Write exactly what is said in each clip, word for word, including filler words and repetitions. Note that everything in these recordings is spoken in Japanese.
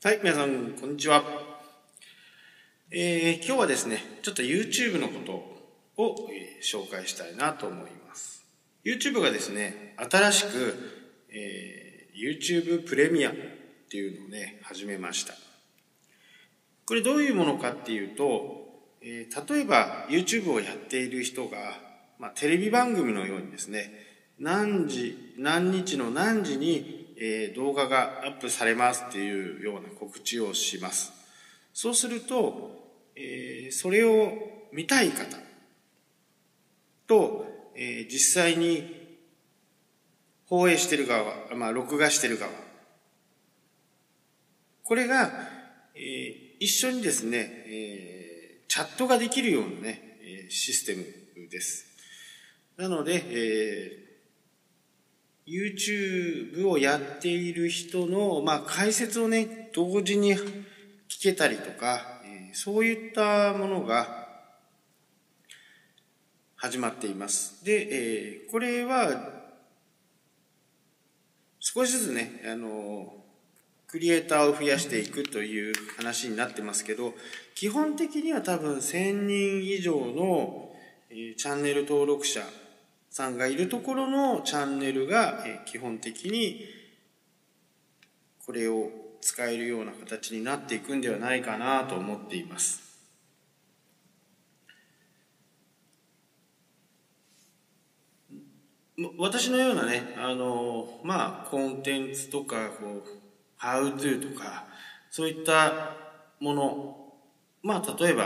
はい、皆さん、こんにちは。えー、今日はですね、ちょっと YouTube のことを、えー、紹介したいなと思います。YouTube がですね、新しく、えー、YouTube プレミアっていうのをね、始めました。これどういうものかっていうと、えー、例えば YouTube をやっている人が、まあ、テレビ番組のようにですね、何時、何日の何時にえー、動画がアップされますっていうような告知をします。そうすると、えー、それを見たい方と、えー、実際に放映している側、まあ、録画している側、これが、えー、一緒にですね、えー、チャットができるようなね、システムです。なので、えーYouTube をやっている人の、まあ、解説をね、同時に聞けたりとか、えー、そういったものが始まっています。で、えー、これは少しずつね、あの、クリエイターを増やしていくという話になってますけど、基本的には多分せんにん以上の、えー、チャンネル登録者さんがいるところのチャンネルが基本的にこれを使えるような形になっていくんではないかなと思っています。私のようなね、あの、まあ、コンテンツとか、こう、How to とか、そういったもの、まあ、例えば、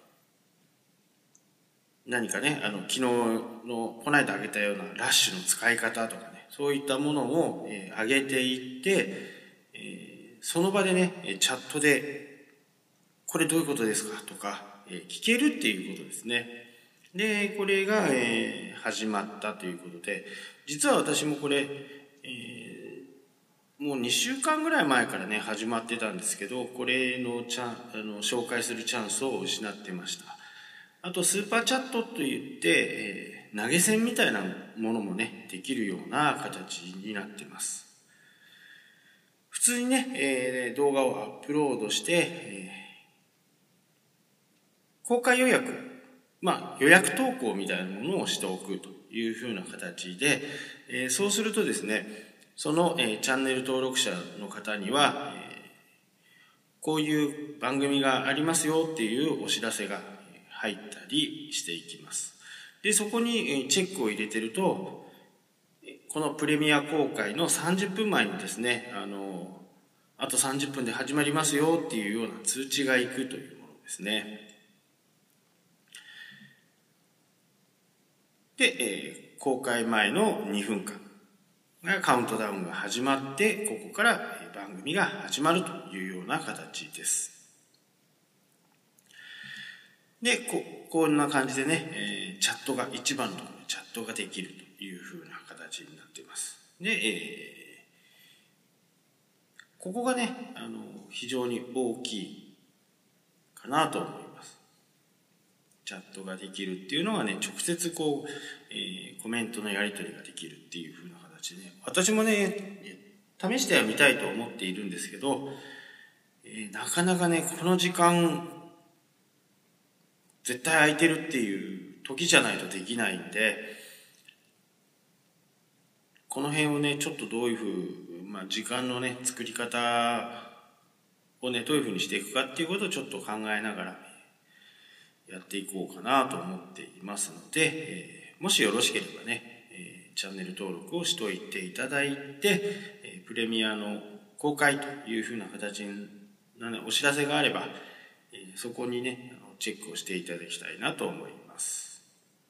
何かね、あの、昨日の、この間挙げたようなラッシュの使い方とかね、そういったものを、えー、上げていって、えー、その場でね、チャットで、これどういうことですかとか、えー、聞けるっていうことですね。で、これが、えー、始まったということで、実は私もこれ、えー、もうにしゅうかんぐらい前からね、始まってたんですけど、これのチャン、あの、紹介するチャンスを失ってました。あとスーパーチャットといって、えー、投げ銭みたいなものもね、できるような形になっています。普通にね、えー、動画をアップロードして、えー、公開予約、まあ予約投稿みたいなものをしておくというふうな形で、えー、そうするとですね、その、えー、チャンネル登録者の方には、えー、こういう番組がありますよっていうお知らせが入ったりしていきます。で、そこにチェックを入れてると、このプレミア公開のさんじゅっぷんまえにですね、あの、あとさんじゅっぷんで始まりますよっていうような通知がいくというものですね。で、えー、公開前のにふんかんがカウントダウンが始まって、ここから番組が始まるというような形です。で、こ、こんな感じでね、えー、チャットが、一番のところにチャットができるというふうな形になっています。で、えー、ここがね、あの、非常に大きいかなと思います。チャットができるっていうのはね、直接こう、えー、コメントのやり取りができるっていうふうな形でね、私もね、試してはみたいと思っているんですけど、えー、なかなかね、この時間、絶対空いてるっていう時じゃないとできないんで、この辺をね、ちょっとどういうふう、まあ時間のね、作り方をね、どういうふうにしていくかっていうことをちょっと考えながらやっていこうかなと思っていますので、えー、もしよろしければね、えー、チャンネル登録をしといていただいて、えー、プレミアの公開というふうな形の、ね、お知らせがあれば、えー、そこにね、チェックをしていただきたいなと思います。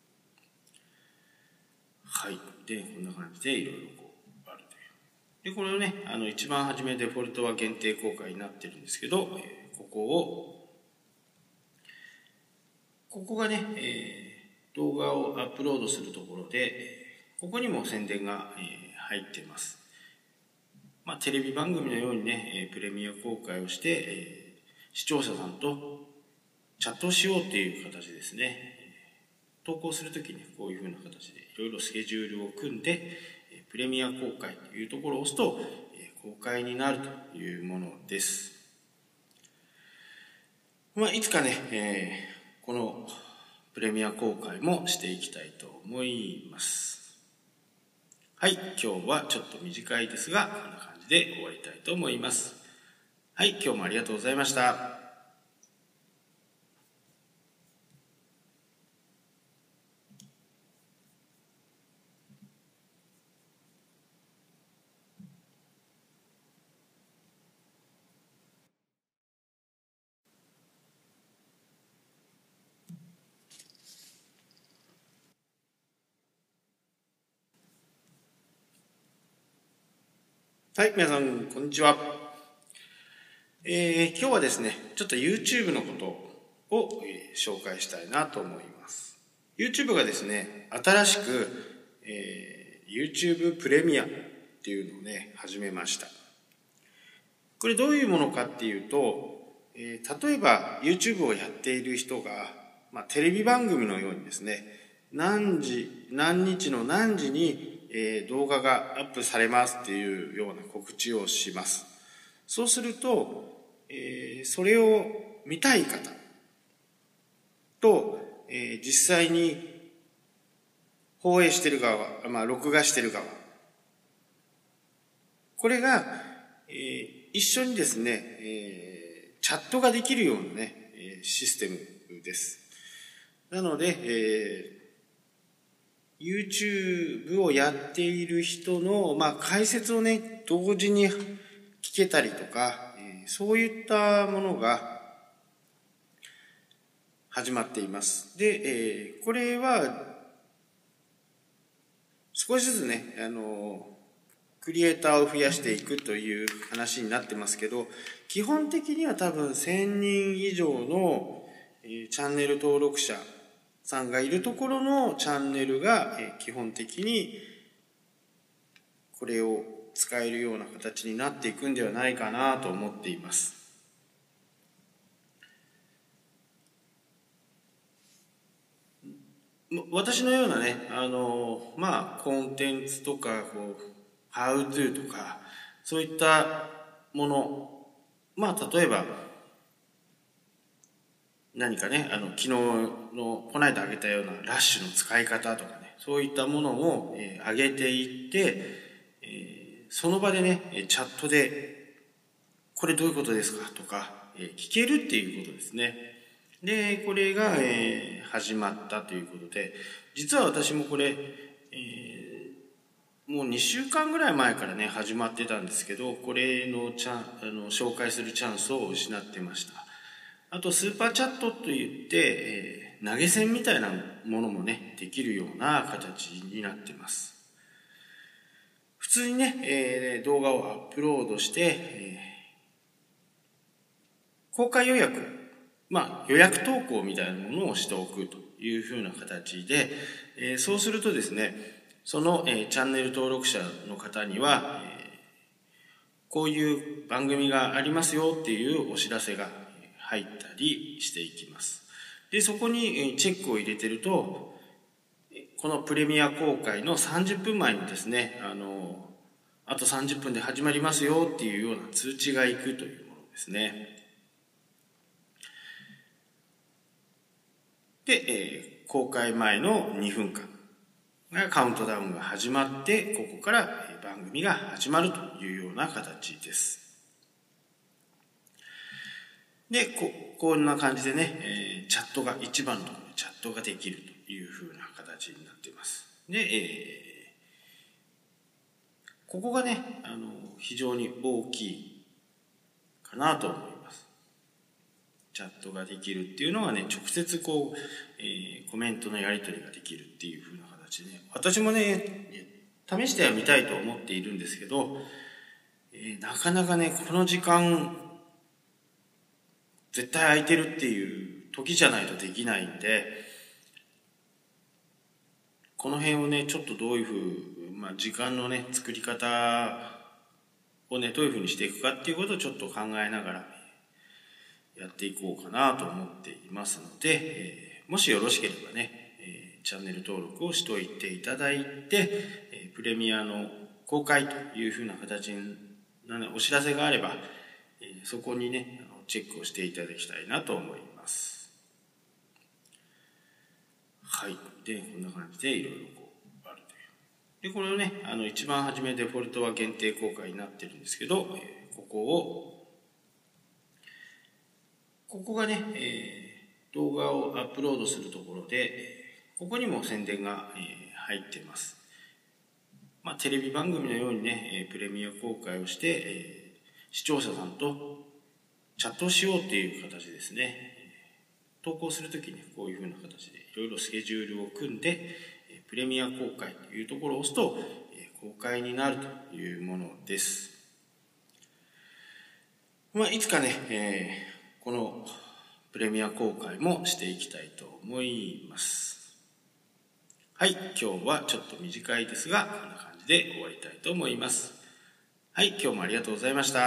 はい。で、こんな感じでいろいろこうあるという。で、これをね、あの、一番初めデフォルトは限定公開になってるんですけど、えー、ここを、ここがね、えー、動画をアップロードするところで、ここにも宣伝が、えー、入っています。まあ、テレビ番組のようにね、プレミア公開をして、えー、視聴者さんとチャットをしようっていう形ですね。投稿するときにこういうふうな形でいろいろスケジュールを組んで、プレミア公開というところを押すと公開になるというものです。 まあ、いつかね、えー、このプレミア公開もしていきたいと思います。はい、今日はちょっと短いですが、こんな感じで終わりたいと思います。はい、今日もありがとうございました。はい、皆さん、こんにちは。えー、今日はですね、ちょっと YouTube のことを、えー、紹介したいなと思います。YouTube がですね、新しく、えー、YouTube プレミアっていうのをね、始めました。これどういうものかっていうと、えー、例えば YouTube をやっている人が、まあ、テレビ番組のようにですね、何時、何日の何時にえー、動画がアップされますっていうような告知をします。そうすると、えー、それを見たい方と、えー、実際に放映している側、まあ、録画している側、これが、えー、一緒にですね、えー、チャットができるようなね、システムです。なので、えーYouTube をやっている人の、まあ、解説をね、同時に聞けたりとか、えー、そういったものが始まっています。で、えー、これは少しずつね、あの、クリエイターを増やしていくという話になってますけど、基本的には多分せんにん以上の、えー、チャンネル登録者さんがいるところのチャンネルが基本的にこれを使えるような形になっていくんではないかなと思っています。私のようなね、あの、まあ、コンテンツとか、こう、How to とか、そういったもの、まあ、例えば、何かね、あの、昨日の、この間挙げたようなラッシュの使い方とかね、そういったものを、えー、上げていって、えー、その場でね、チャットで、これどういうことですかとか、えー、聞けるっていうことですね。で、これが、えー、始まったということで、実は私もこれ、えー、もうにしゅうかんぐらい前からね、始まってたんですけど、これのチャン、あの、紹介するチャンスを失ってました。あと、スーパーチャットといって、えー、投げ銭みたいなものもね、できるような形になっています。普通にね、えー、動画をアップロードして、えー、公開予約、まあ、予約投稿みたいなものをしておくというふうな形で、えー、そうするとですね、その、えー、チャンネル登録者の方には、えー、こういう番組がありますよっていうお知らせが入ったりしていきます。で、そこにチェックを入れてると、このプレミア公開のさんじゅっぷんまえにですね、あの、あとさんじゅっぷんで始まりますよっていうような通知がいくというものですね。で、えー、公開前のにふんかんがカウントダウンが始まって、ここから番組が始まるというような形です。で、こ、こんな感じでね、えー、チャットが、一番のところにチャットができるというふうな形になっています。で、えー、ここがね、あの、非常に大きいかなと思います。チャットができるっていうのはね、直接こう、えー、コメントのやり取りができるっていうふうな形で、ね、私もね、試してはみたいと思っているんですけど、えー、なかなかね、この時間、絶対空いてるっていう時じゃないとできないんで、この辺をね、ちょっとどういうふう、まあ、時間のね、作り方をね、どういうふうにしていくかっていうことをちょっと考えながらやっていこうかなと思っていますので、えー、もしよろしければね、えー、チャンネル登録をしておいていただいて、えー、プレミアの公開というふうな形にお知らせがあれば、えー、そこにね、チェックをしていただきたいなと思います。 はい。で、こんな感じでいろいろこうあるという。で、これをね、あの、一番初めデフォルトは限定公開になってるんですけど、えー、ここを、ここがね、えー、動画をアップロードするところで、ここにも宣伝が、えー、入っています。まあ、テレビ番組のようにね、えー、プレミア公開をして、えー、視聴者さんとチャットしようっていう形ですね。投稿するときにこういうふうな形でいろいろスケジュールを組んで、プレミア公開というところを押すと、公開になるというものです。まあ、いつかね、えー、このプレミア公開もしていきたいと思います。はい、今日はちょっと短いですが、こんな感じで終わりたいと思います。はい、今日もありがとうございました。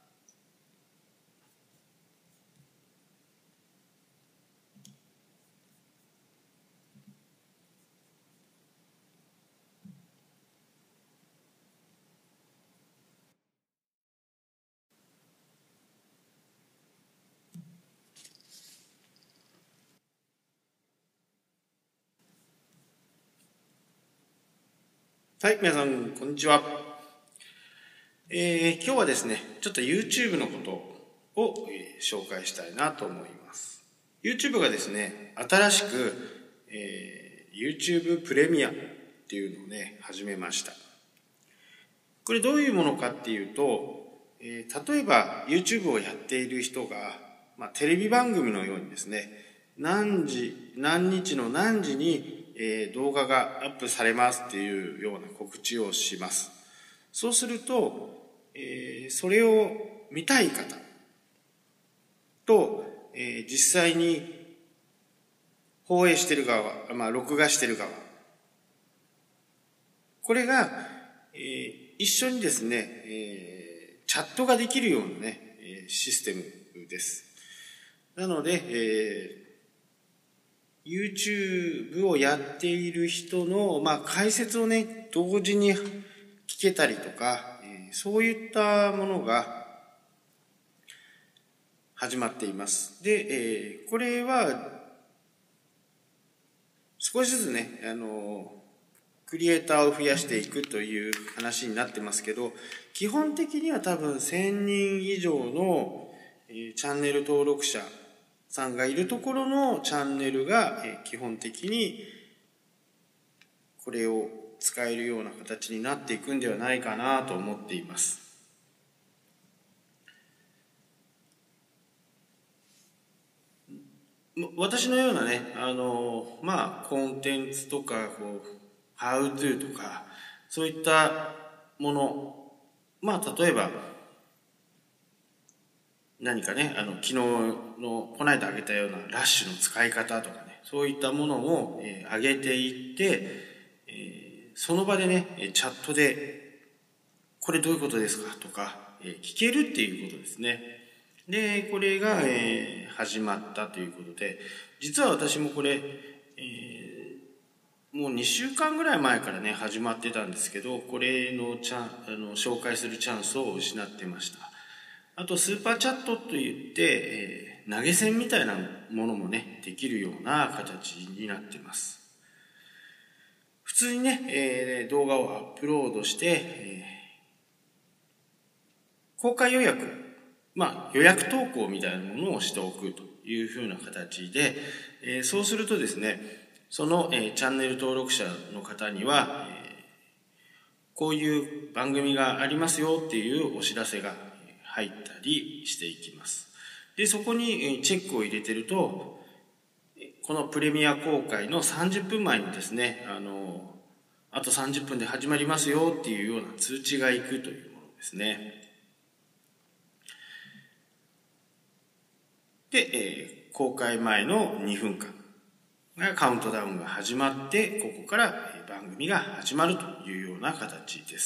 はい、皆さん、こんにちは。えー、今日はですね、ちょっと YouTube のことを、えー、紹介したいなと思います。YouTube がですね、新しく、えー、YouTube プレミアっていうのをね、始めました。これどういうものかっていうと、えー、例えば YouTube をやっている人が、まあ、テレビ番組のようにですね、何時、何日の何時にえー、動画がアップされますっていうような告知をします。そうすると、えー、それを見たい方と、えー、実際に放映している側、まあ、録画している側、これが、えー、一緒にですね、えー、チャットができるようなね、システムです。なので、えーYouTube をやっている人の、まあ、解説をね、同時に聞けたりとか、えー、そういったものが始まっています。で、えー、これは少しずつね、あの、クリエイターを増やしていくという話になってますけど、基本的には多分せんにん以上の、えー、チャンネル登録者さんがいるところのチャンネルが基本的にこれを使えるような形になっていくんではないかなと思っています。私のようなね、あの、まあ、コンテンツとか、こう、How to とか、そういったもの、まあ、例えば、何かね、あの、昨日の、この間挙げたようなラッシュの使い方とかね、そういったものを、えー、上げていって、えー、その場でね、チャットで、これどういうことですかとか、えー、聞けるっていうことですね。で、これが、えー、始まったということで、実は私もこれ、えー、もうにしゅうかんぐらい前からね、始まってたんですけど、これのチャン、あの、紹介するチャンスを失ってました。あと、スーパーチャットといって、えー、投げ銭みたいなものもね、できるような形になっています。普通にね、えー、動画をアップロードして、えー、公開予約、まあ、予約投稿みたいなものをしておくというふうな形で、えー、そうするとですね、その、えー、チャンネル登録者の方には、えー、こういう番組がありますよっていうお知らせが入ったりしていきます。で、そこにチェックを入れてると、このプレミア公開のさんじゅっぷんまえにですね、あの、あとさんじゅっぷんで始まりますよっていうような通知がいくというものですね。で、えー、公開前のにふんかんがカウントダウンが始まって、ここから番組が始まるというような形です。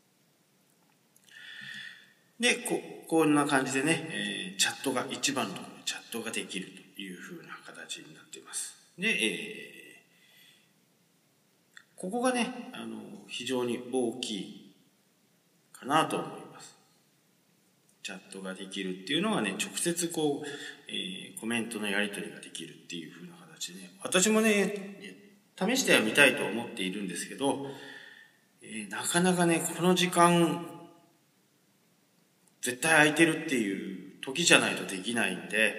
で、こ、こんな感じでね、えー、チャットが、一番のところにチャットができるというふうな形になっています。で、えー、ここがね、あの、非常に大きいかなと思います。チャットができるっていうのはね、直接こう、えー、コメントのやり取りができるっていうふうな形で、ね、 私もね、試してはみたいと思っているんですけど、えー、なかなかね、この時間、絶対空いてるっていう時じゃないとできないんで、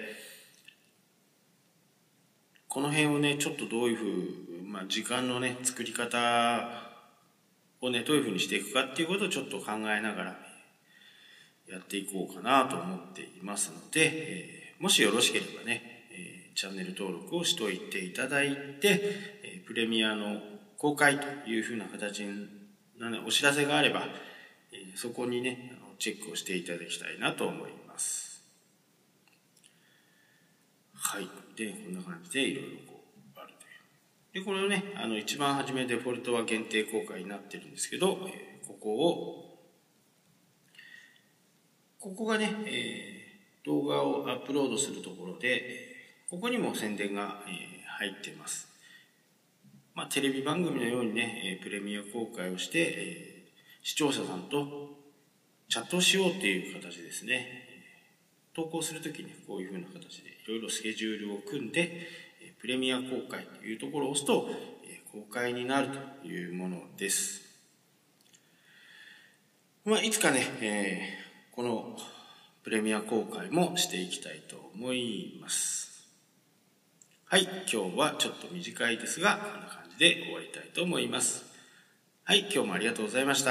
この辺をね、ちょっとどういうふう、まあ、時間のね、作り方をね、どういうふうにしていくかっていうことをちょっと考えながらやっていこうかなと思っていますので、えー、もしよろしければね、えー、チャンネル登録をしといていただいて、えー、プレミアの公開というふうな形の、ね、お知らせがあれば、えー、そこにね、チェックをしていただきたいなと思います。はい。で、こんな感じでいろいろこうあるという。で、これをね、あの一番初めデフォルトは限定公開になってるんですけど、えー、ここを、ここがね、えー、動画をアップロードするところで、ここにも宣伝が、えー、入っています。まあ、テレビ番組のようにね、プレミア公開をして、えー、視聴者さんとチャットをしようっていう形ですね。投稿するときにこういうふうな形でいろいろスケジュールを組んで、プレミア公開というところを押すと公開になるというものです。まあ、いつかね、えー、このプレミア公開もしていきたいと思います。はい、今日はちょっと短いですが、こんな感じで終わりたいと思います。はい、今日もありがとうございました。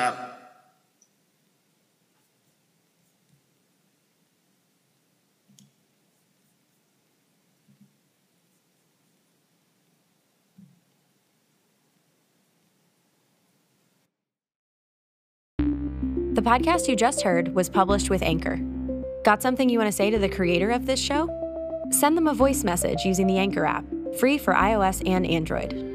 The podcast you just heard was published with Anchor. Got something you want to say to the creator of this show? Send them a voice message using the Anchor app, free for iOS and Android.